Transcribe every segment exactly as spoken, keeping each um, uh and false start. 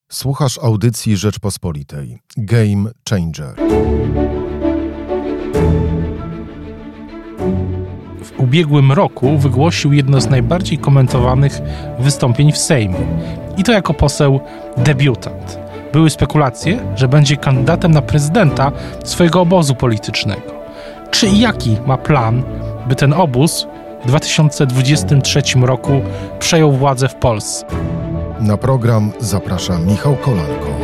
Słuchasz audycji Rzeczpospolitej. Game Changer. W ubiegłym roku wygłosił jedno z najbardziej komentowanych wystąpień w Sejmie. I to jako poseł debiutant. Były spekulacje, że będzie kandydatem na prezydenta swojego obozu politycznego. Czy i jaki ma plan, by ten obóz w dwa tysiące dwudziestym trzecim roku przejął władzę w Polsce? Na program zaprasza Michał Kolanko.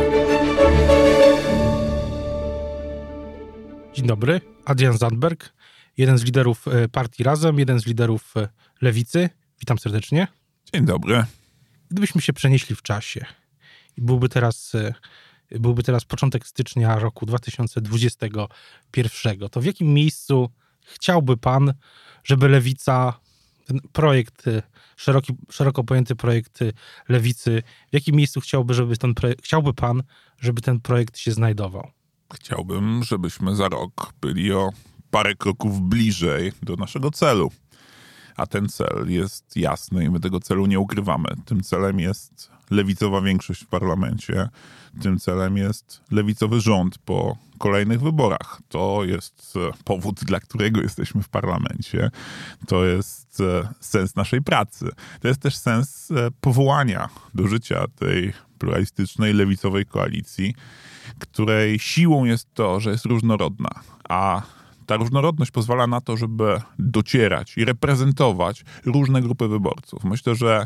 Dzień dobry, Adrian Zandberg, jeden z liderów partii Razem, jeden z liderów Lewicy. Witam serdecznie. Dzień dobry. Gdybyśmy się przenieśli w czasie i byłby teraz, byłby teraz początek stycznia roku dwa tysiące dwudziestego pierwszego, to w jakim miejscu chciałby pan, żeby Lewica, ten projekt, szeroki, szeroko pojęty projekt Lewicy, w jakim miejscu chciałby, żeby ten projekt, chciałby pan, żeby ten projekt się znajdował? Chciałbym, żebyśmy za rok byli o parę kroków bliżej do naszego celu. A ten cel jest jasny i my tego celu nie ukrywamy. Tym celem jest lewicowa większość w parlamencie. Tym celem jest lewicowy rząd po kolejnych wyborach. To jest powód, dla którego jesteśmy w parlamencie. To jest sens naszej pracy. To jest też sens powołania do życia tej pluralistycznej, lewicowej koalicji, której siłą jest to, że jest różnorodna, a ta różnorodność pozwala na to, żeby docierać i reprezentować różne grupy wyborców. Myślę, że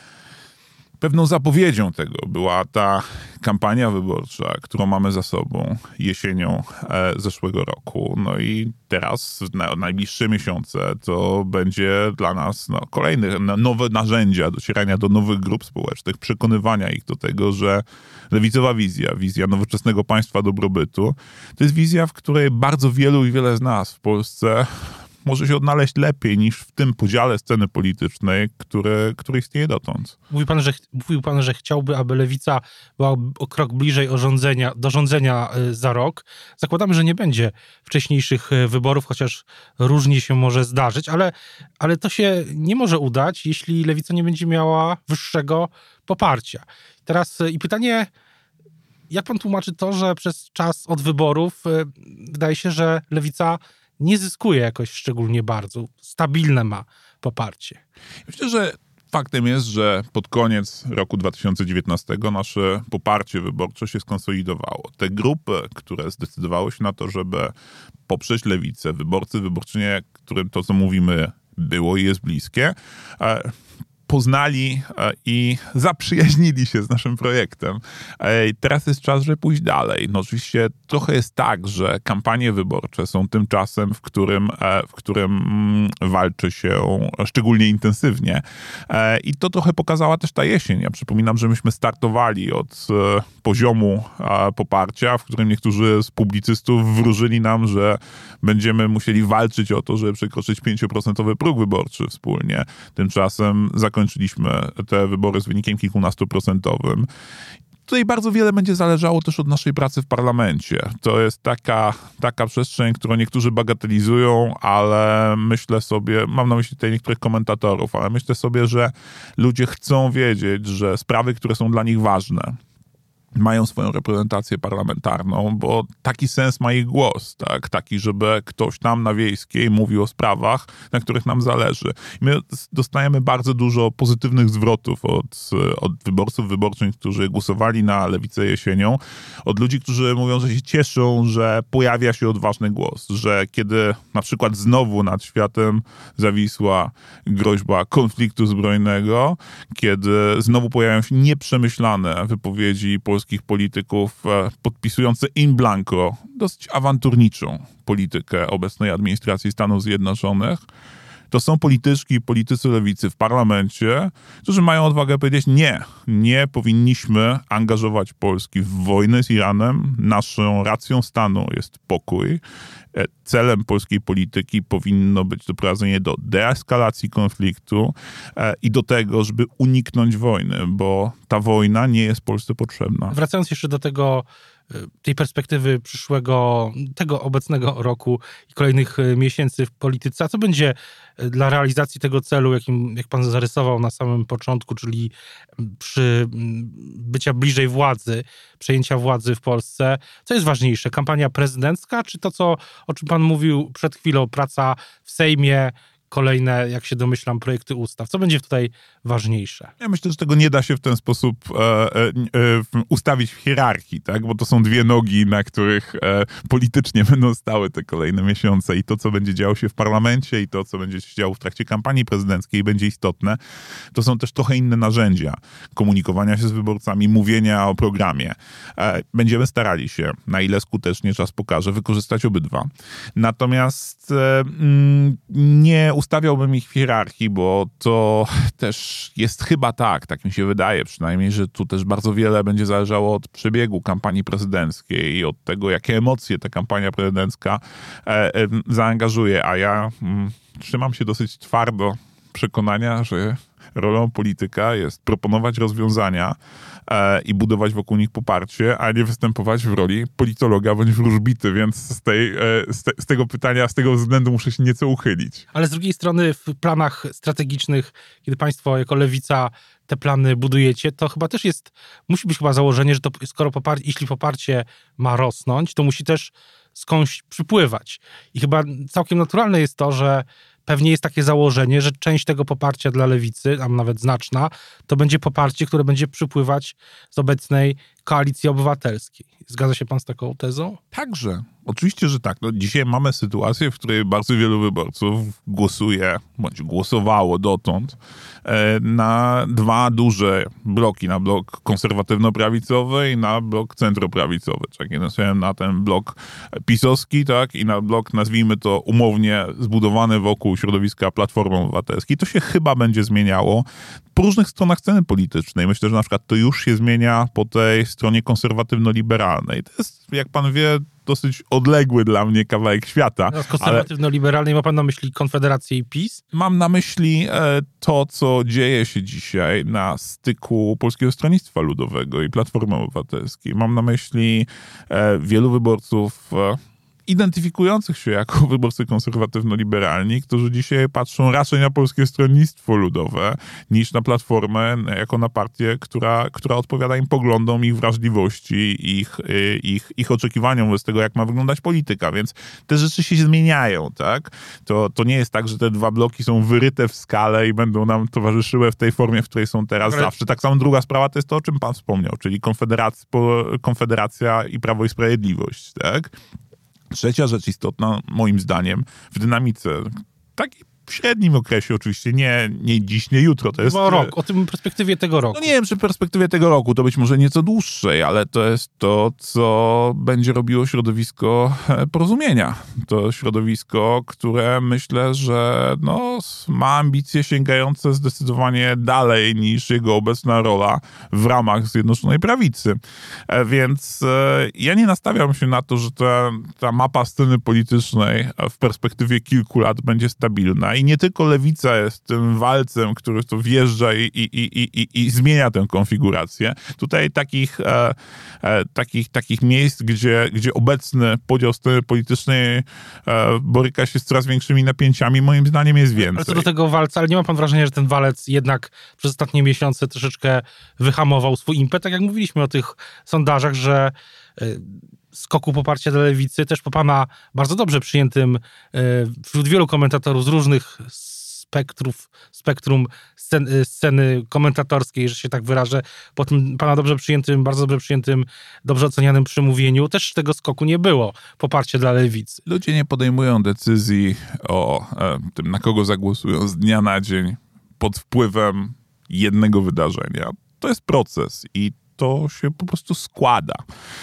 pewną zapowiedzią tego była ta kampania wyborcza, którą mamy za sobą jesienią e, zeszłego roku. No i teraz, na najbliższe miesiące, to będzie dla nas no, kolejne no, nowe narzędzia docierania do nowych grup społecznych, przekonywania ich do tego, że lewicowa wizja, wizja nowoczesnego państwa dobrobytu, to jest wizja, w której bardzo wielu i wiele z nas w Polsce może się odnaleźć lepiej niż w tym podziale sceny politycznej, który, który istnieje dotąd. Mówił pan, że, mówił pan, że chciałby, aby Lewica była o krok bliżej urządzenia, do rządzenia za rok. Zakładamy, że nie będzie wcześniejszych wyborów, chociaż różnie się może zdarzyć, ale, ale to się nie może udać, jeśli Lewica nie będzie miała wyższego poparcia. Teraz i pytanie, jak pan tłumaczy to, że przez czas od wyborów wydaje się, że Lewica nie zyskuje jakoś szczególnie bardzo, stabilne ma poparcie? Myślę, że faktem jest, że pod koniec roku dwa tysiące dziewiętnastego nasze poparcie wyborcze się skonsolidowało. Te grupy, które zdecydowały się na to, żeby poprzeć lewicę, wyborcy, wyborczynie, którym to, co mówimy, było i jest bliskie, poznali i zaprzyjaźnili się z naszym projektem. Teraz jest czas, żeby pójść dalej. No oczywiście trochę jest tak, że kampanie wyborcze są tym czasem, w którym, w którym walczy się szczególnie intensywnie. I to trochę pokazała też ta jesień. Ja przypominam, że myśmy startowali od poziomu poparcia, w którym niektórzy z publicystów wróżyli nam, że będziemy musieli walczyć o to, żeby przekroczyć pięcioprocentowy próg wyborczy wspólnie. Tymczasem zakończyliśmy Zakończyliśmy te wybory z wynikiem kilkunastoprocentowym. Tutaj bardzo wiele będzie zależało też od naszej pracy w parlamencie. To jest taka, taka przestrzeń, którą niektórzy bagatelizują, ale myślę sobie, mam na myśli tutaj niektórych komentatorów, ale myślę sobie, że ludzie chcą wiedzieć, że sprawy, które są dla nich ważne, mają swoją reprezentację parlamentarną, bo taki sens ma ich głos, tak? Taki, żeby ktoś tam na Wiejskiej mówił o sprawach, na których nam zależy. My dostajemy bardzo dużo pozytywnych zwrotów od, od wyborców, wyborczyń, którzy głosowali na Lewicę jesienią, od ludzi, którzy mówią, że się cieszą, że pojawia się odważny głos, że kiedy na przykład znowu nad światem zawisła groźba konfliktu zbrojnego, kiedy znowu pojawiają się nieprzemyślane wypowiedzi polskich polityków podpisujące in blanco dosyć awanturniczą politykę obecnej administracji Stanów Zjednoczonych, to są polityczki i politycy lewicy w parlamencie, którzy mają odwagę powiedzieć nie, nie powinniśmy angażować Polski w wojnę z Iranem. Naszą racją stanu jest pokój. Celem polskiej polityki powinno być doprowadzenie do deeskalacji konfliktu i do tego, żeby uniknąć wojny, bo ta wojna nie jest Polsce potrzebna. Wracając jeszcze do tego tej perspektywy przyszłego, tego obecnego roku i kolejnych miesięcy w polityce, a co będzie dla realizacji tego celu, jakim, jak pan zarysował na samym początku, czyli przy bycia bliżej władzy, przejęcia władzy w Polsce, co jest ważniejsze, kampania prezydencka, czy to, co, o czym pan mówił przed chwilą, praca w Sejmie, kolejne, jak się domyślam, projekty ustaw. Co będzie tutaj ważniejsze? Ja myślę, że tego nie da się w ten sposób e, e, e, ustawić w hierarchii, tak? Bo to są dwie nogi, na których e, politycznie będą stały te kolejne miesiące i to, co będzie działo się w parlamencie i to, co będzie się działo w trakcie kampanii prezydenckiej będzie istotne. To są też trochę inne narzędzia komunikowania się z wyborcami, mówienia o programie. E, będziemy starali się, na ile skutecznie czas pokaże, wykorzystać obydwa. Natomiast e, m, nie ustawiałbym ich w hierarchii, bo to też jest chyba tak, tak mi się wydaje przynajmniej, że tu też bardzo wiele będzie zależało od przebiegu kampanii prezydenckiej i od tego, jakie emocje ta kampania prezydencka e, e, zaangażuje, a ja mm, trzymam się dosyć twardo przekonania, że rolą polityka jest proponować rozwiązania e, i budować wokół nich poparcie, a nie występować w roli politologa bądź wróżbity, więc z, tej, e, z, te, z tego pytania, z tego względu muszę się nieco uchylić. Ale z drugiej strony w planach strategicznych, kiedy państwo jako lewica te plany budujecie, to chyba też jest, musi być chyba założenie, że to skoro poparcie, jeśli poparcie ma rosnąć, to musi też skądś przypływać. I chyba całkiem naturalne jest to, że pewnie jest takie założenie, że część tego poparcia dla lewicy, a nawet znaczna, to będzie poparcie, które będzie przypływać z obecnej Koalicji Obywatelskiej. Zgadza się pan z taką tezą? Także. Oczywiście, że tak. No, dzisiaj mamy sytuację, w której bardzo wielu wyborców głosuje, bądź głosowało dotąd e, na dwa duże bloki, na blok konserwatywno-prawicowy i na blok centroprawicowy. Tak, jeden sobie na ten blok pisowski, tak, i na blok, nazwijmy to umownie, zbudowany wokół środowiska Platformy Obywatelskiej. To się chyba będzie zmieniało po różnych stronach sceny politycznej. Myślę, że na przykład to już się zmienia po tej stronie konserwatywno-liberalnej. To jest, jak pan wie, dosyć odległy dla mnie kawałek świata. Z konserwatywno-liberalnej ma pan na myśli Konfederację i PiS? Mam na myśli e, to, co dzieje się dzisiaj na styku Polskiego Stronnictwa Ludowego i Platformy Obywatelskiej. Mam na myśli e, wielu wyborców e, identyfikujących się jako wyborcy konserwatywno-liberalni, którzy dzisiaj patrzą raczej na Polskie Stronnictwo Ludowe niż na Platformę jako na partię, która, która odpowiada im poglądom, ich wrażliwości, ich, ich, ich oczekiwaniom wobec tego, jak ma wyglądać polityka. Więc te rzeczy się zmieniają, tak? To, to nie jest tak, że te dwa bloki są wyryte w skale i będą nam towarzyszyły w tej formie, w której są teraz Ale... zawsze. Tak samo druga sprawa to jest to, o czym pan wspomniał, czyli Konfederacja, Konfederacja i Prawo i Sprawiedliwość, tak? Trzecia rzecz istotna, moim zdaniem, w dynamice takiej w średnim okresie oczywiście, nie, nie dziś, nie jutro. To jest o rok, o tym perspektywie tego roku. No nie wiem, czy w perspektywie tego roku, to być może nieco dłuższej, ale to jest to, co będzie robiło środowisko Porozumienia. To środowisko, które myślę, że no, ma ambicje sięgające zdecydowanie dalej niż jego obecna rola w ramach Zjednoczonej Prawicy. Więc ja nie nastawiam się na to, że ta, ta mapa sceny politycznej w perspektywie kilku lat będzie stabilna. I nie tylko lewica jest tym walcem, który to wjeżdża i, i, i, i, i zmienia tę konfigurację. Tutaj takich, e, e, takich, takich miejsc, gdzie, gdzie obecny podział sceny politycznej e, boryka się z coraz większymi napięciami, moim zdaniem jest więcej. Ale co do tego walca, ale nie ma pan wrażenia, że ten walec jednak przez ostatnie miesiące troszeczkę wyhamował swój impet? Tak jak mówiliśmy o tych sondażach, że y, skoku poparcia dla lewicy, też po pana bardzo dobrze przyjętym wśród wielu komentatorów z różnych spektrów, spektrum sceny, sceny komentatorskiej, że się tak wyrażę, po tym pana dobrze przyjętym, bardzo dobrze przyjętym, dobrze ocenianym przemówieniu, też tego skoku nie było, poparcie dla lewicy. Ludzie nie podejmują decyzji o e, tym, na kogo zagłosują z dnia na dzień pod wpływem jednego wydarzenia. To jest proces i to się po prostu składa.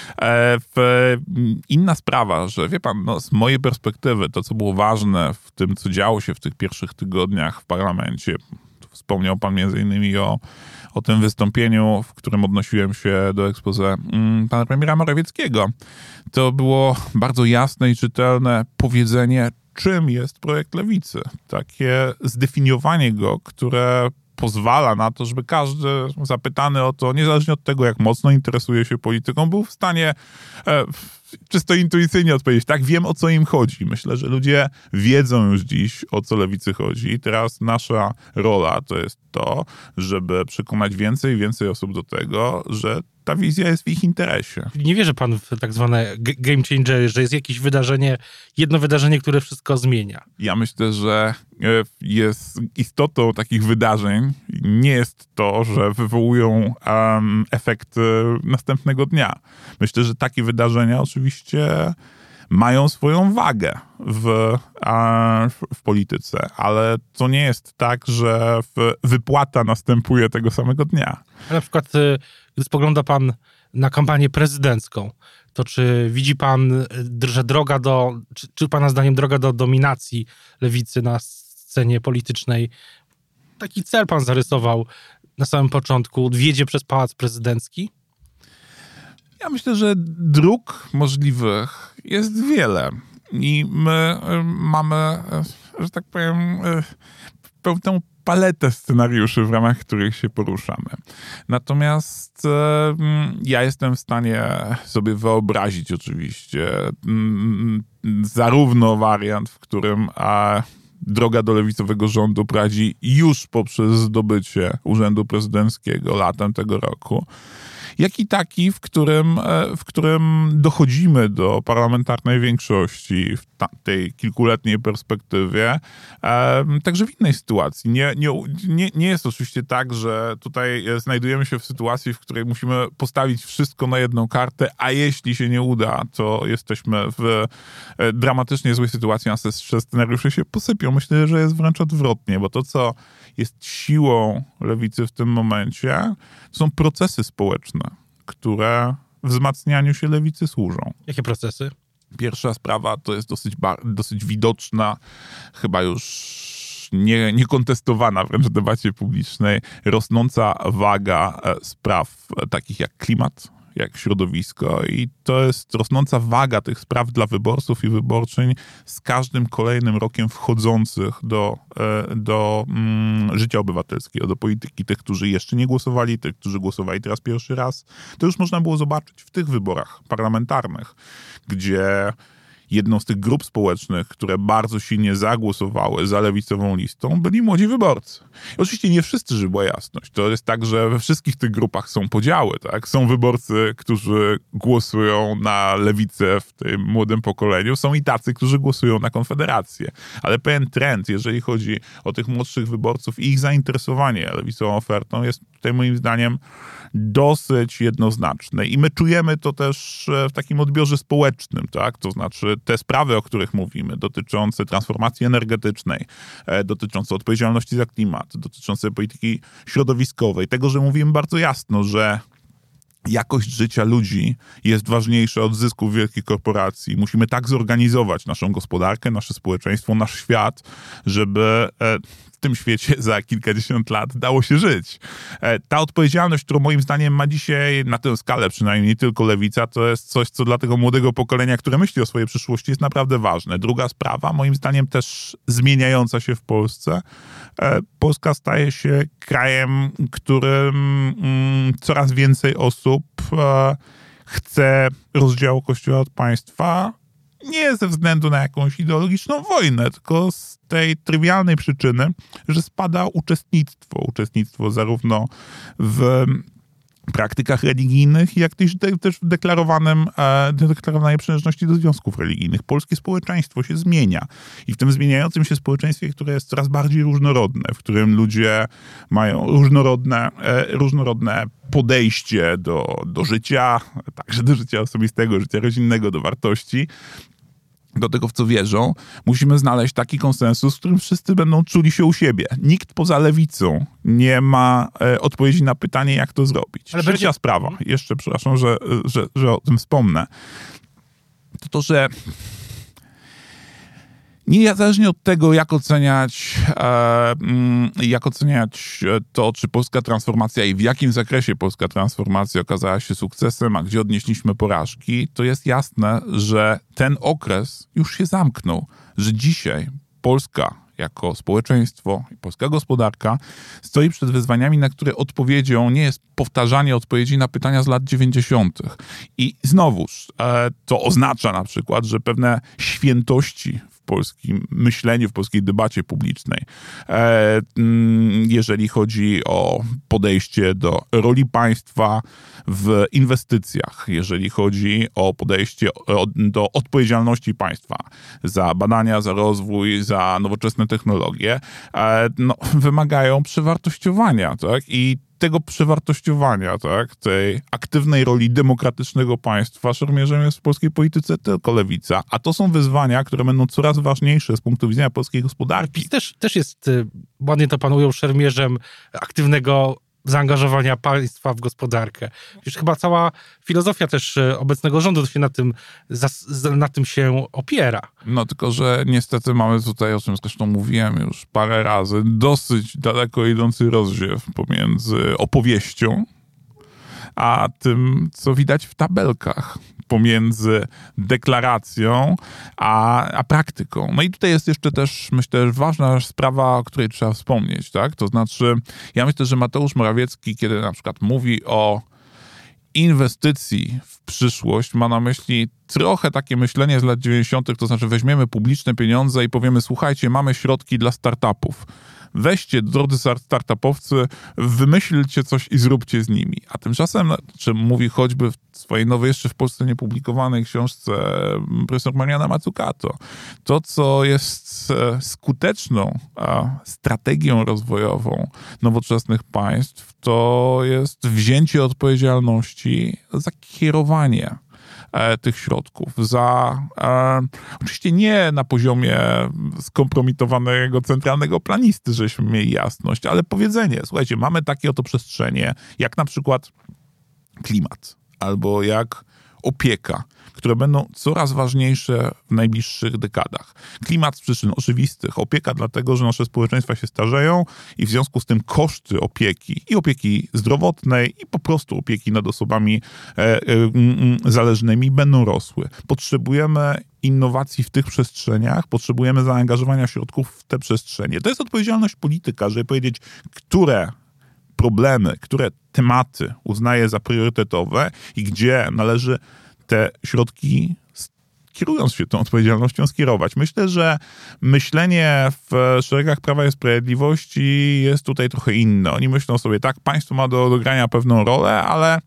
E, w, inna sprawa, że wie pan, no, z mojej perspektywy to, co było ważne w tym, co działo się w tych pierwszych tygodniach w parlamencie, wspomniał pan między innymi o, o tym wystąpieniu, w którym odnosiłem się do expose mm, pana premiera Morawieckiego. To było bardzo jasne i czytelne powiedzenie, czym jest projekt Lewicy. Takie zdefiniowanie go, które pozwala na to, żeby każdy zapytany o to, niezależnie od tego, jak mocno interesuje się polityką, był w stanie e, czysto intuicyjnie odpowiedzieć, tak, wiem, o co im chodzi. Myślę, że ludzie wiedzą już dziś, o co lewicy chodzi. I teraz nasza rola to jest to, żeby przekonać więcej i więcej osób do tego, że ta wizja jest w ich interesie. Nie wierzy pan w tak zwane game changery, że jest jakieś wydarzenie, jedno wydarzenie, które wszystko zmienia? Ja myślę, że jest istotą takich wydarzeń nie jest to, że wywołują um, efekt następnego dnia. Myślę, że takie wydarzenia oczywiście mają swoją wagę w, a, w, w polityce, ale to nie jest tak, że w, wypłata następuje tego samego dnia. A na przykład, gdy spogląda pan na kampanię prezydencką, to czy widzi pan, że droga do, czy, czy pana zdaniem droga do dominacji lewicy na scenie politycznej, taki cel pan zarysował na samym początku, wiedzie przez Pałac Prezydencki? Ja myślę, że dróg możliwych jest wiele i my mamy, że tak powiem, pełną paletę scenariuszy, w ramach których się poruszamy. Natomiast e, ja jestem w stanie sobie wyobrazić oczywiście m, zarówno wariant, w którym a, droga do lewicowego rządu prowadzi już poprzez zdobycie urzędu prezydenckiego latem tego roku, jak i taki, w którym, w którym dochodzimy do parlamentarnej większości w ta, tej kilkuletniej perspektywie, e, także w innej sytuacji. Nie, nie, nie, nie jest oczywiście tak, że tutaj znajdujemy się w sytuacji, w której musimy postawić wszystko na jedną kartę, a jeśli się nie uda, to jesteśmy w dramatycznie złej sytuacji, a te scenariusze się posypią. Myślę, że jest wręcz odwrotnie, bo to, co jest siłą lewicy w tym momencie, to są procesy społeczne, które wzmacnianiu się lewicy służą. Jakie procesy? Pierwsza sprawa to jest dosyć, dosyć widoczna, chyba już nie, niekontestowana wręcz w debacie publicznej, rosnąca waga spraw takich jak klimat, jak środowisko i to jest rosnąca waga tych spraw dla wyborców i wyborczyń z każdym kolejnym rokiem wchodzących do, do mm, życia obywatelskiego, do polityki. Tych, którzy jeszcze nie głosowali, tych, którzy głosowali teraz pierwszy raz. To już można było zobaczyć w tych wyborach parlamentarnych, gdzie jedną z tych grup społecznych, które bardzo silnie zagłosowały za lewicową listą, byli młodzi wyborcy. I oczywiście nie wszyscy, żeby była jasność. To jest tak, że we wszystkich tych grupach są podziały, tak? Są wyborcy, którzy głosują na lewicę w tym młodym pokoleniu, są i tacy, którzy głosują na Konfederację. Ale pewien trend, jeżeli chodzi o tych młodszych wyborców i ich zainteresowanie lewicową ofertą, jest tutaj moim zdaniem dosyć jednoznaczne. I my czujemy to też w takim odbiorze społecznym, tak? To znaczy te sprawy, o których mówimy, dotyczące transformacji energetycznej, dotyczące odpowiedzialności za klimat, dotyczące polityki środowiskowej, tego, że mówimy bardzo jasno, że jakość życia ludzi jest ważniejsza od zysków wielkich korporacji. Musimy tak zorganizować naszą gospodarkę, nasze społeczeństwo, nasz świat, żeby w tym świecie za kilkadziesiąt lat dało się żyć. Ta odpowiedzialność, którą moim zdaniem ma dzisiaj na tę skalę przynajmniej nie tylko lewica, to jest coś, co dla tego młodego pokolenia, które myśli o swojej przyszłości, jest naprawdę ważne. Druga sprawa, moim zdaniem też zmieniająca się w Polsce. Polska staje się krajem, którym coraz więcej osób chce rozdziału Kościoła od państwa, nie ze względu na jakąś ideologiczną wojnę, tylko z tej trywialnej przyczyny, że spada uczestnictwo. Uczestnictwo zarówno w praktykach religijnych, jak też, też w deklarowanym, deklarowanej przynależności do związków religijnych. Polskie społeczeństwo się zmienia i w tym zmieniającym się społeczeństwie, które jest coraz bardziej różnorodne, w którym ludzie mają różnorodne, różnorodne podejście do, do życia, także do życia osobistego, życia rodzinnego, do wartości, do tego, w co wierzą, musimy znaleźć taki konsensus, w którym wszyscy będą czuli się u siebie. Nikt poza lewicą nie ma e, odpowiedzi na pytanie, jak to zrobić. Ale Trzecia będzie... sprawa, jeszcze przepraszam, że, że, że o tym wspomnę, to to, że niezależnie od tego, jak oceniać, e, jak oceniać to, czy polska transformacja i w jakim zakresie polska transformacja okazała się sukcesem, a gdzie odnieśliśmy porażki, to jest jasne, że ten okres już się zamknął, że dzisiaj Polska jako społeczeństwo i polska gospodarka stoi przed wyzwaniami, na które odpowiedzią nie jest powtarzanie odpowiedzi na pytania z lat dziewięćdziesiątych. I znowuż e, to oznacza na przykład, że pewne świętości w polskim myśleniu, w polskiej debacie publicznej, e, jeżeli chodzi o podejście do roli państwa w inwestycjach, jeżeli chodzi o podejście do odpowiedzialności państwa za badania, za rozwój, za nowoczesne technologie, no, wymagają przewartościowania, tak? I tego przewartościowania, tak, tej aktywnej roli demokratycznego państwa szermierzem jest w polskiej polityce tylko lewica. A to są wyzwania, które będą coraz ważniejsze z punktu widzenia polskiej gospodarki. PiS też, też jest, ładnie to pan ujął, szermierzem aktywnego zaangażowania państwa w gospodarkę. Już chyba cała filozofia też obecnego rządu się na tym, na tym się opiera. No tylko, że niestety mamy tutaj, o czym zresztą mówiłem już parę razy, dosyć daleko idący rozdziew pomiędzy opowieścią a tym, co widać w tabelkach, pomiędzy deklaracją a, a praktyką. No i tutaj jest jeszcze też, myślę, ważna sprawa, o której trzeba wspomnieć, tak? To znaczy, ja myślę, że Mateusz Morawiecki, kiedy na przykład mówi o inwestycji w przyszłość, ma na myśli trochę takie myślenie z lat dziewięćdziesiątych, to znaczy weźmiemy publiczne pieniądze i powiemy, słuchajcie, mamy środki dla startupów. Weźcie, drodzy startupowcy, wymyślcie coś i zróbcie z nimi. A tymczasem, czym mówi choćby w swojej nowej, jeszcze w Polsce niepublikowanej książce profesor Mariana Mazzucato, to, co jest skuteczną strategią rozwojową nowoczesnych państw, to jest wzięcie odpowiedzialności za kierowanie tych środków, za e, oczywiście nie na poziomie skompromitowanego centralnego planisty, żeśmy mieli jasność, ale powiedzenie, słuchajcie, mamy takie oto przestrzenie, jak na przykład klimat, albo jak opieka, które będą coraz ważniejsze w najbliższych dekadach. Klimat z przyczyn oczywistych, opieka dlatego, że nasze społeczeństwa się starzeją i w związku z tym koszty opieki i opieki zdrowotnej i po prostu opieki nad osobami e, e, zależnymi będą rosły. Potrzebujemy innowacji w tych przestrzeniach, potrzebujemy zaangażowania środków w te przestrzenie. To jest odpowiedzialność polityka, żeby powiedzieć, które problemy, które tematy uznaje za priorytetowe i gdzie należy te środki, kierując się tą odpowiedzialnością, skierować. Myślę, że myślenie w szeregach Prawa i Sprawiedliwości jest tutaj trochę inne. Oni myślą sobie, tak, państwo ma do odegrania pewną rolę, ale,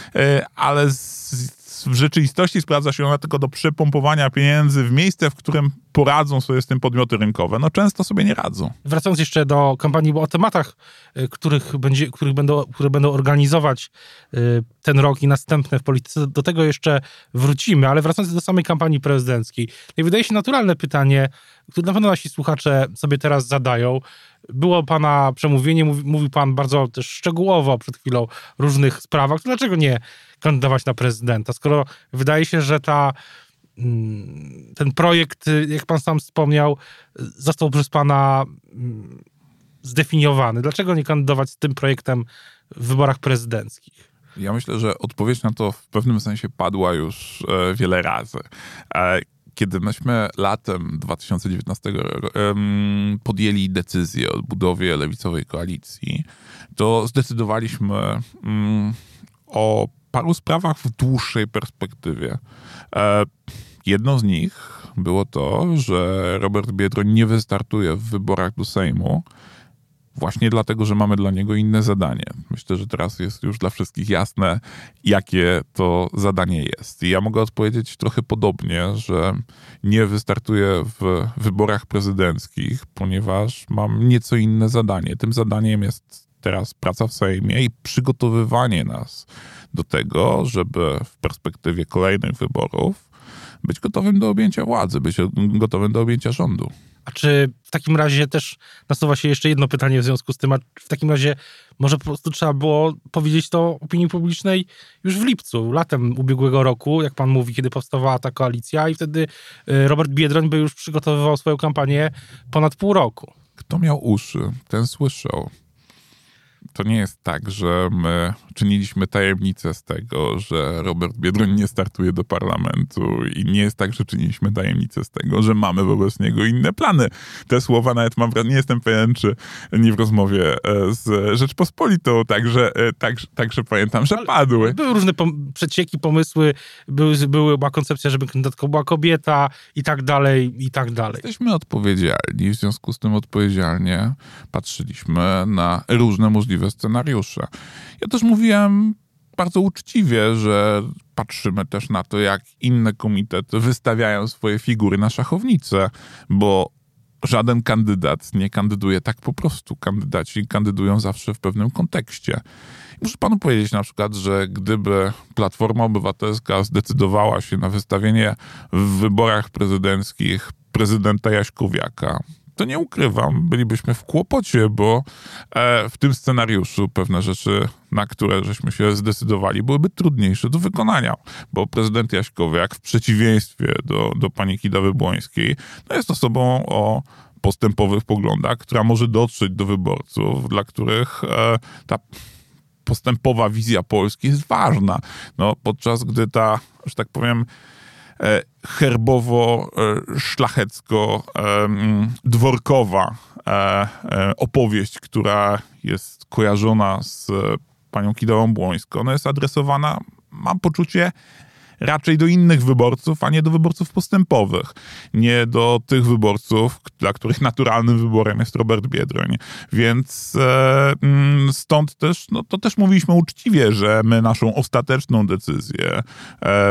ale z, w rzeczywistości sprawdza się ona tylko do przepompowania pieniędzy w miejsce, w którym poradzą sobie z tym podmioty rynkowe. No często sobie nie radzą. Wracając jeszcze do kampanii o tematach, których, będzie, których będą, które będą organizować ten rok i następne w polityce, do tego jeszcze wrócimy, ale wracając do samej kampanii prezydenckiej. I wydaje się naturalne pytanie, które na pewno nasi słuchacze sobie teraz zadają. Było pana przemówienie, mówi, mówił pan bardzo też szczegółowo przed chwilą o różnych sprawach. To dlaczego nie kandydować na prezydenta, skoro wydaje się, że ta ten projekt, jak pan sam wspomniał, został przez pana zdefiniowany. Dlaczego nie kandydować z tym projektem w wyborach prezydenckich? Ja myślę, że odpowiedź na to w pewnym sensie padła już e, wiele razy. E, kiedy myśmy latem dwa tysiące dziewiętnastego roku e, podjęli decyzję o budowie lewicowej koalicji, to zdecydowaliśmy mm, o paru sprawach w dłuższej perspektywie. E, jedną z nich było to, że Robert Biedroń nie wystartuje w wyborach do Sejmu właśnie dlatego, że mamy dla niego inne zadanie. Myślę, że teraz jest już dla wszystkich jasne, jakie to zadanie jest. I ja mogę odpowiedzieć trochę podobnie, że nie wystartuję w wyborach prezydenckich, ponieważ mam nieco inne zadanie. Tym zadaniem jest teraz praca w Sejmie i przygotowywanie nas do tego, żeby w perspektywie kolejnych wyborów być gotowym do objęcia władzy, być gotowym do objęcia rządu. A czy w takim razie też nasuwa się jeszcze jedno pytanie w związku z tym, a w takim razie może po prostu trzeba było powiedzieć to opinii publicznej już w lipcu, latem ubiegłego roku, jak pan mówi, kiedy powstawała ta koalicja i wtedy Robert Biedroń by już przygotowywał swoją kampanię ponad pół roku. Kto miał uszy, ten słyszał. to nie jest tak, że my czyniliśmy tajemnicę z tego, że Robert Biedroń nie startuje do parlamentu i nie jest tak, że czyniliśmy tajemnicę z tego, że mamy wobec niego inne plany. Te słowa nawet mam, nie jestem pewien, czy nie w rozmowie z Rzeczpospolitą, także, także, także pamiętam, że padły. Były różne pom- przecieki, pomysły, były, były, była koncepcja, żeby kandydatką była kobieta i tak dalej, i tak dalej. Jesteśmy odpowiedzialni, w związku z tym odpowiedzialnie patrzyliśmy na różne możliwe scenariusze. Ja też mówiłem bardzo uczciwie, że patrzymy też na to, jak inne komitety wystawiają swoje figury na szachownicę, bo żaden kandydat nie kandyduje tak po prostu. Kandydaci kandydują zawsze w pewnym kontekście. Muszę panu powiedzieć na przykład, że gdyby Platforma Obywatelska zdecydowała się na wystawienie w wyborach prezydenckich prezydenta Jaśkowiaka, to nie ukrywam, bylibyśmy w kłopocie, bo e, w tym scenariuszu pewne rzeczy, na które żeśmy się zdecydowali, byłyby trudniejsze do wykonania, bo prezydent Jaśkowiak w przeciwieństwie do, do pani Kidawy-Błońskiej no jest osobą o postępowych poglądach, która może dotrzeć do wyborców, dla których e, ta postępowa wizja Polski jest ważna. No, podczas gdy ta, że tak powiem, herbowo-szlachecko-dworkowa opowieść, która jest kojarzona z panią Kidawą-Błońską, ona jest adresowana, mam poczucie, raczej do innych wyborców, a nie do wyborców postępowych. Nie do tych wyborców, dla których naturalnym wyborem jest Robert Biedroń. Więc e, stąd też, no to też mówiliśmy uczciwie, że my naszą ostateczną decyzję e,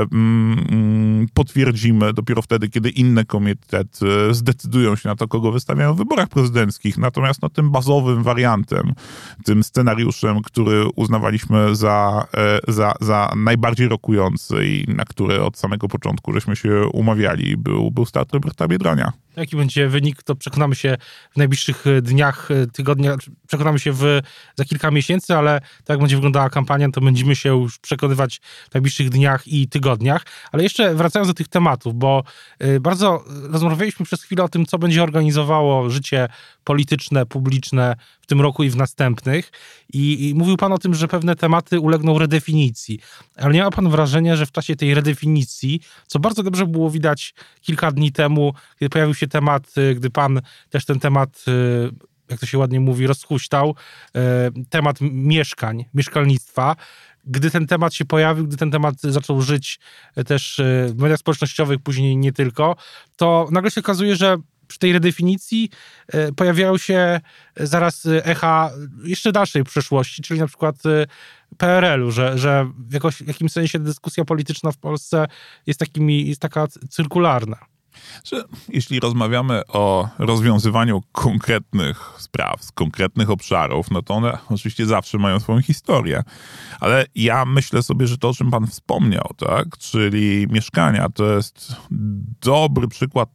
mm, potwierdzimy dopiero wtedy, kiedy inne komitety zdecydują się na to, kogo wystawiają w wyborach prezydenckich. Natomiast no, tym bazowym wariantem, tym scenariuszem, który uznawaliśmy za, e, za, za najbardziej rokujący i na który od samego początku żeśmy się umawiali, był, był start Roberta Biedronia. Jaki będzie wynik, to przekonamy się w najbliższych dniach, tygodniach, przekonamy się w, za kilka miesięcy, ale tak jak będzie wyglądała kampania, to będziemy się już przekonywać w najbliższych dniach i tygodniach. Ale jeszcze wracając do tych tematów, bo bardzo rozmawialiśmy przez chwilę o tym, co będzie organizowało życie polityczne, publiczne w tym roku i w następnych. I, i mówił pan o tym, że pewne tematy ulegną redefinicji. Ale nie ma pan wrażenia, że w czasie tej redefinicji, co bardzo dobrze było widać kilka dni temu, kiedy pojawił się temat, gdy pan też ten temat, jak to się ładnie mówi, rozhuśtał, temat mieszkań, mieszkalnictwa. Gdy ten temat się pojawił, gdy ten temat zaczął żyć też w mediach społecznościowych, później nie tylko, to nagle się okazuje, że przy tej redefinicji pojawiają się zaraz echa jeszcze dalszej przeszłości, czyli na przykład P R L u, że, że w, jakoś, w jakimś sensie dyskusja polityczna w Polsce jest, takimi, jest taka cyrkularna. Że jeśli rozmawiamy o rozwiązywaniu konkretnych spraw, z konkretnych obszarów, no to one oczywiście zawsze mają swoją historię. Ale ja myślę sobie, że to, o czym pan wspomniał, tak, czyli mieszkania, to jest dobry przykład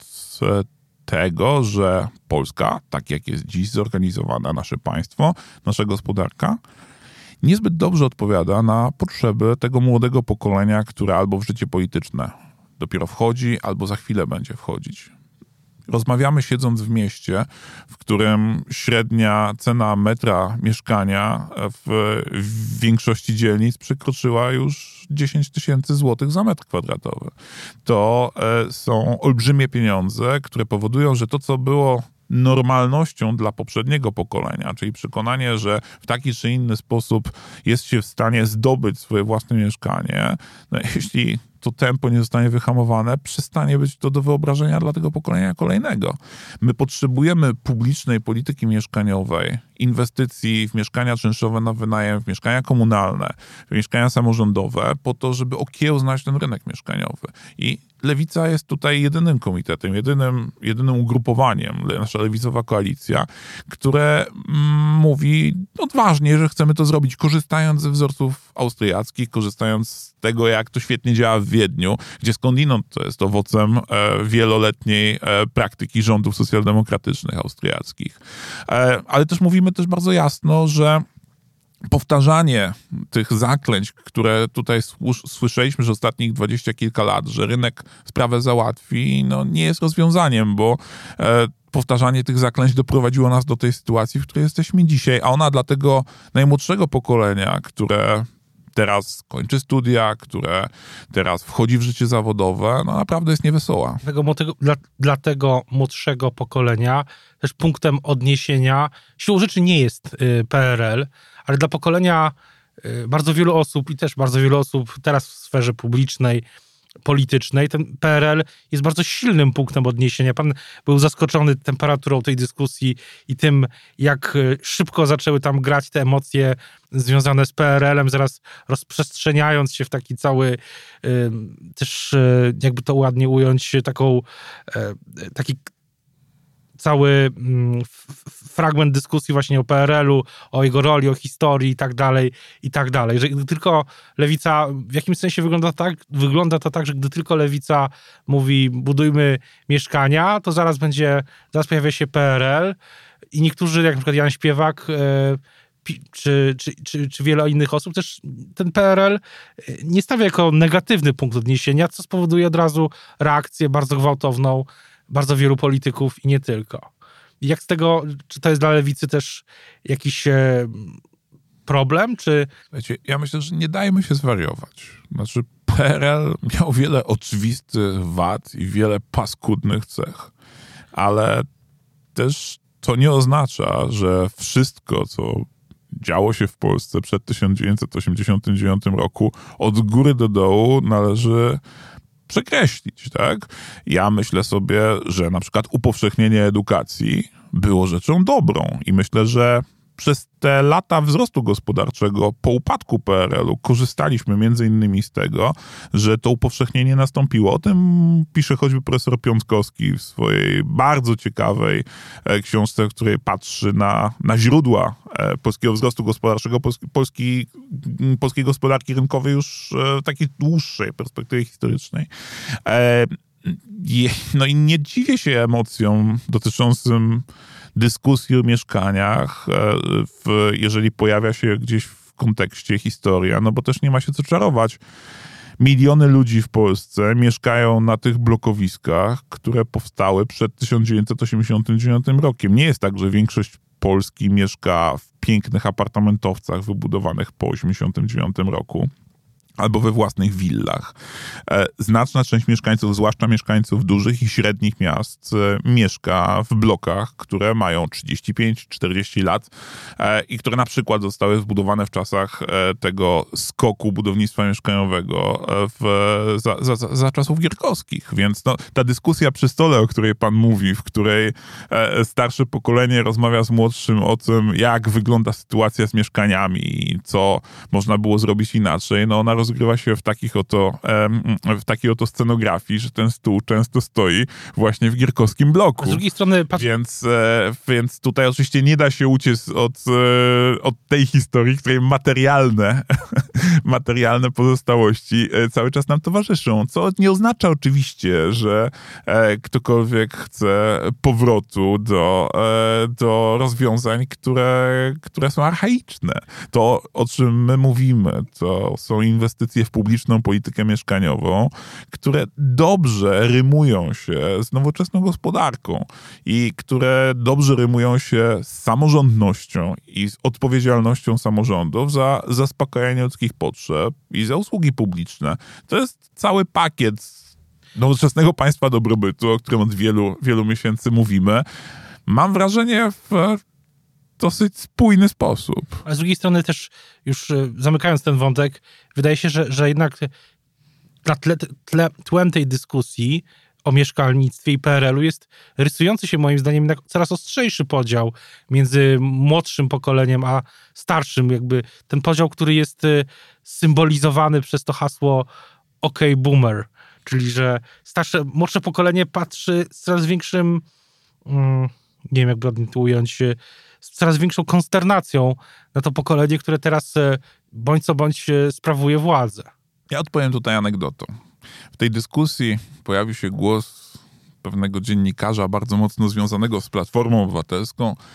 tego, że Polska, tak jak jest dziś zorganizowana, nasze państwo, nasza gospodarka, niezbyt dobrze odpowiada na potrzeby tego młodego pokolenia, które albo w życie polityczne dopiero wchodzi, albo za chwilę będzie wchodzić. Rozmawiamy siedząc w mieście, w którym średnia cena metra mieszkania w, w większości dzielnic przekroczyła już dziesięć tysięcy złotych za metr kwadratowy. To e, są olbrzymie pieniądze, które powodują, że to, co było normalnością dla poprzedniego pokolenia, czyli przekonanie, że w taki czy inny sposób jest się w stanie zdobyć swoje własne mieszkanie, no jeśli to tempo nie zostanie wyhamowane, przestanie być to do wyobrażenia dla tego pokolenia kolejnego. My potrzebujemy publicznej polityki mieszkaniowej, inwestycji w mieszkania czynszowe na wynajem, w mieszkania komunalne, w mieszkania samorządowe, po to, żeby okiełznać ten rynek mieszkaniowy. I Lewica jest tutaj jedynym komitetem, jedynym, jedynym ugrupowaniem, nasza lewicowa koalicja, które mówi odważnie, że chcemy to zrobić, korzystając ze wzorców austriackich, korzystając z tego, jak to świetnie działa w Wiedniu, gdzie skądinąd to jest owocem e, wieloletniej e, praktyki rządów socjaldemokratycznych austriackich. E, ale też mówimy też bardzo jasno, że powtarzanie tych zaklęć, które tutaj słyszeliśmy przez ostatnich dwadzieścia kilka lat, że rynek sprawę załatwi, no nie jest rozwiązaniem, bo e, powtarzanie tych zaklęć doprowadziło nas do tej sytuacji, w której jesteśmy dzisiaj, a ona dla tego najmłodszego pokolenia, które teraz kończy studia, które teraz wchodzi w życie zawodowe, no naprawdę jest niewesoła. Tego, dla, dla tego młodszego pokolenia też punktem odniesienia siłą rzeczy nie jest y, P R L, ale dla pokolenia y, bardzo wielu osób i też bardzo wielu osób teraz w sferze publicznej, politycznej, ten P R L jest bardzo silnym punktem odniesienia. Pan był zaskoczony temperaturą tej dyskusji i tym, jak szybko zaczęły tam grać te emocje związane z P R L-em, zaraz rozprzestrzeniając się w taki cały, też jakby to ładnie ująć, taką, taki cały fragment dyskusji właśnie o P R L-u, o jego roli, o historii i tak dalej, i tak dalej. Że gdy tylko lewica, w jakimś sensie wygląda tak, wygląda to tak, że gdy tylko lewica mówi budujmy mieszkania, to zaraz będzie, zaraz pojawia się P R L i niektórzy, jak na przykład Jan Śpiewak, czy, czy, czy, czy wiele innych osób, też ten P R L nie stawia jako negatywny punkt odniesienia, co spowoduje od razu reakcję bardzo gwałtowną bardzo wielu polityków i nie tylko. Jak z tego, czy to jest dla lewicy też jakiś e, problem, czy... Wiecie, ja myślę, że nie dajmy się zwariować. Znaczy P R L miał wiele oczywistych wad i wiele paskudnych cech, ale też to nie oznacza, że wszystko, co działo się w Polsce przed tysiąc dziewięćset osiemdziesiątym dziewiątym roku, od góry do dołu należy przekreślić, tak? Ja myślę sobie, że na przykład upowszechnienie edukacji było rzeczą dobrą i myślę, że przez te lata wzrostu gospodarczego po upadku P R L-u korzystaliśmy między innymi z tego, że to upowszechnienie nastąpiło. O tym pisze choćby profesor Piątkowski w swojej bardzo ciekawej książce, w której patrzy na, na źródła polskiego wzrostu gospodarczego, polski, polski, polskiej gospodarki rynkowej już w takiej dłuższej perspektywie historycznej. No i nie dziwię się emocjom dotyczącym dyskusji o mieszkaniach, w, jeżeli pojawia się gdzieś w kontekście historia, no bo też nie ma się co czarować. Miliony ludzi w Polsce mieszkają na tych blokowiskach, które powstały przed tysiąc dziewięćset osiemdziesiątym dziewiątym rokiem. Nie jest tak, że większość Polski mieszka w pięknych apartamentowcach wybudowanych po osiemdziesiątym dziewiątym roku. Albo we własnych willach. Znaczna część mieszkańców, zwłaszcza mieszkańców dużych i średnich miast, mieszka w blokach, które mają trzydzieści pięć czterdzieści lat i które na przykład zostały zbudowane w czasach tego skoku budownictwa mieszkaniowego w, za, za, za czasów gierkowskich. Więc no, ta dyskusja przy stole, o której pan mówi, w której starsze pokolenie rozmawia z młodszym o tym, jak wygląda sytuacja z mieszkaniami i co można było zrobić inaczej, no ona rozgrywa się w takich oto, w takiej oto scenografii, że ten stół często stoi właśnie w gierkowskim bloku. Z drugiej strony... Pat... Więc, więc tutaj oczywiście nie da się uciec od, od tej historii, której materialne, materialne pozostałości cały czas nam towarzyszą, co nie oznacza oczywiście, że ktokolwiek chce powrotu do, do rozwiązań, które, które są archaiczne. To, o czym my mówimy, to są inwestycje w publiczną politykę mieszkaniową, które dobrze rymują się z nowoczesną gospodarką i które dobrze rymują się z samorządnością i z odpowiedzialnością samorządów za zaspokajanie ludzkich potrzeb i za usługi publiczne. To jest cały pakiet nowoczesnego państwa dobrobytu, o którym od wielu, wielu miesięcy mówimy. Mam wrażenie w dosyć spójny sposób. Ale z drugiej strony też, już zamykając ten wątek, wydaje się, że, że jednak na tle, tle, tłem tej dyskusji o mieszkalnictwie i P R L-u jest rysujący się moim zdaniem jednak coraz ostrzejszy podział między młodszym pokoleniem a starszym. Jakby ten podział, który jest symbolizowany przez to hasło OK Boomer, czyli że starsze, młodsze pokolenie patrzy z coraz większym, mm, nie wiem jakby to ująć, z coraz większą konsternacją na to pokolenie, które teraz bądź co bądź sprawuje władzę. Ja odpowiem tutaj anegdotą. W tej dyskusji pojawił się głos pewnego dziennikarza bardzo mocno związanego z Platformą Obywatelską,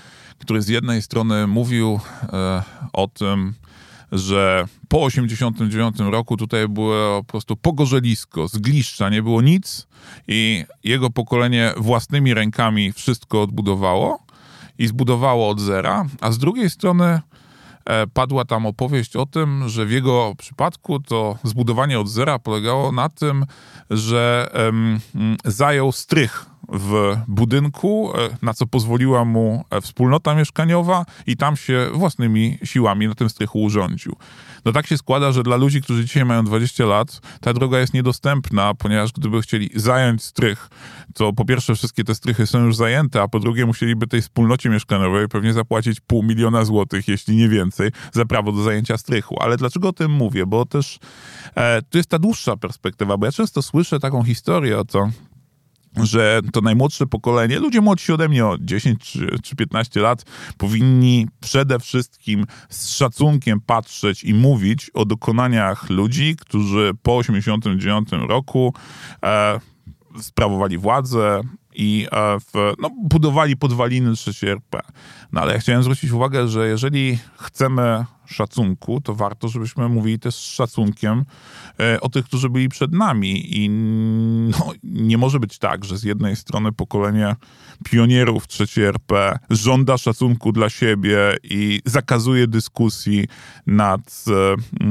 który z jednej strony mówił e, o tym, że po osiemdziesiątym dziewiątym roku tutaj było po prostu pogorzelisko, zgliszcza, nie było nic i jego pokolenie własnymi rękami wszystko odbudowało i zbudowało od zera, a z drugiej strony e, padła tam opowieść o tym, że w jego przypadku to zbudowanie od zera polegało na tym, że em, zajął strych w budynku, na co pozwoliła mu wspólnota mieszkaniowa i tam się własnymi siłami na tym strychu urządził. No tak się składa, że dla ludzi, którzy dzisiaj mają dwadzieścia lat, ta droga jest niedostępna, ponieważ gdyby chcieli zająć strych, to po pierwsze wszystkie te strychy są już zajęte, a po drugie musieliby tej wspólnocie mieszkaniowej pewnie zapłacić pół miliona złotych, jeśli nie więcej, za prawo do zajęcia strychu. Ale dlaczego o tym mówię? Bo też e, tu jest ta dłuższa perspektywa, bo ja często słyszę taką historię o to, że to najmłodsze pokolenie, ludzie młodsi ode mnie o dziesięć czy piętnaście lat, powinni przede wszystkim z szacunkiem patrzeć i mówić o dokonaniach ludzi, którzy po osiemdziesiątym dziewiątym roku e, sprawowali władzę i e, w, no, budowali podwaliny trzeciej R P. No ale ja chciałem zwrócić uwagę, że jeżeli chcemy szacunku, to warto, żebyśmy mówili też z szacunkiem e, o tych, którzy byli przed nami. I no, nie może być tak, że z jednej strony pokolenie pionierów trzeciej R P żąda szacunku dla siebie i zakazuje dyskusji nad, e,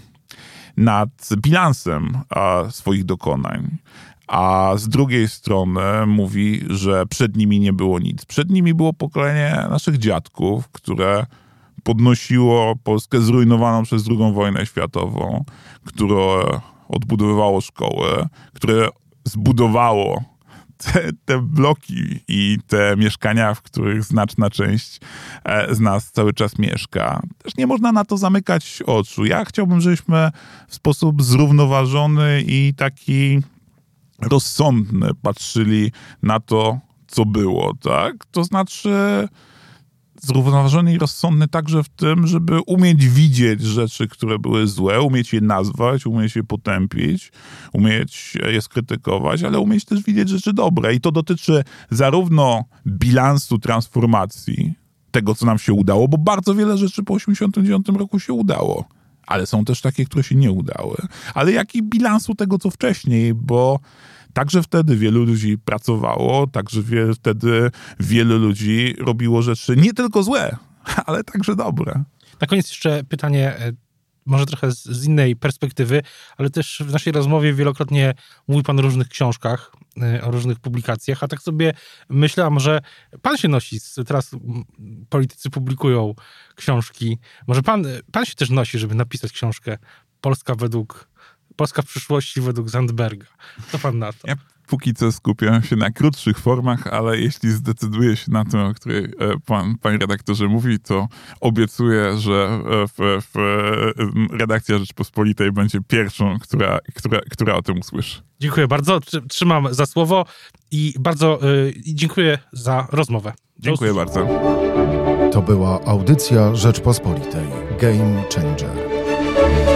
nad bilansem e, swoich dokonań. A z drugiej strony mówi, że przed nimi nie było nic. Przed nimi było pokolenie naszych dziadków, które podnosiło Polskę zrujnowaną przez drugą wojnę światową, które odbudowywało szkoły, które zbudowało te, te bloki i te mieszkania, w których znaczna część z nas cały czas mieszka. Też nie można na to zamykać oczu. Ja chciałbym, żebyśmy w sposób zrównoważony i taki rozsądny patrzyli na to, co było, tak? To znaczy zrównoważony i rozsądny także w tym, żeby umieć widzieć rzeczy, które były złe, umieć je nazwać, umieć je potępić, umieć je skrytykować, ale umieć też widzieć rzeczy dobre. I to dotyczy zarówno bilansu transformacji, tego, co nam się udało, bo bardzo wiele rzeczy po osiemdziesiątym dziewiątym roku się udało, ale są też takie, które się nie udały. Ale jak i bilansu tego, co wcześniej, bo także wtedy wielu ludzi pracowało, także wie, wtedy wielu ludzi robiło rzeczy nie tylko złe, ale także dobre. Na koniec jeszcze pytanie, może trochę z, z innej perspektywy, ale też w naszej rozmowie wielokrotnie mówił pan o różnych książkach, o różnych publikacjach, a tak sobie myślę, a może pan się nosi, teraz politycy publikują książki, może pan, pan się też nosi, żeby napisać książkę Polska według, Polska w przyszłości według Zandberga. Co pan na to? Ja póki co skupiam się na krótszych formach, ale jeśli zdecyduje się na to, o której pan, panie redaktorze mówi, to obiecuję, że w, w redakcja Rzeczpospolitej będzie pierwszą, która, która, która o tym usłyszy. Dziękuję bardzo, trzymam za słowo i bardzo yy, dziękuję za rozmowę. Dziękuję bardzo. To była audycja Rzeczpospolitej. Game Changer.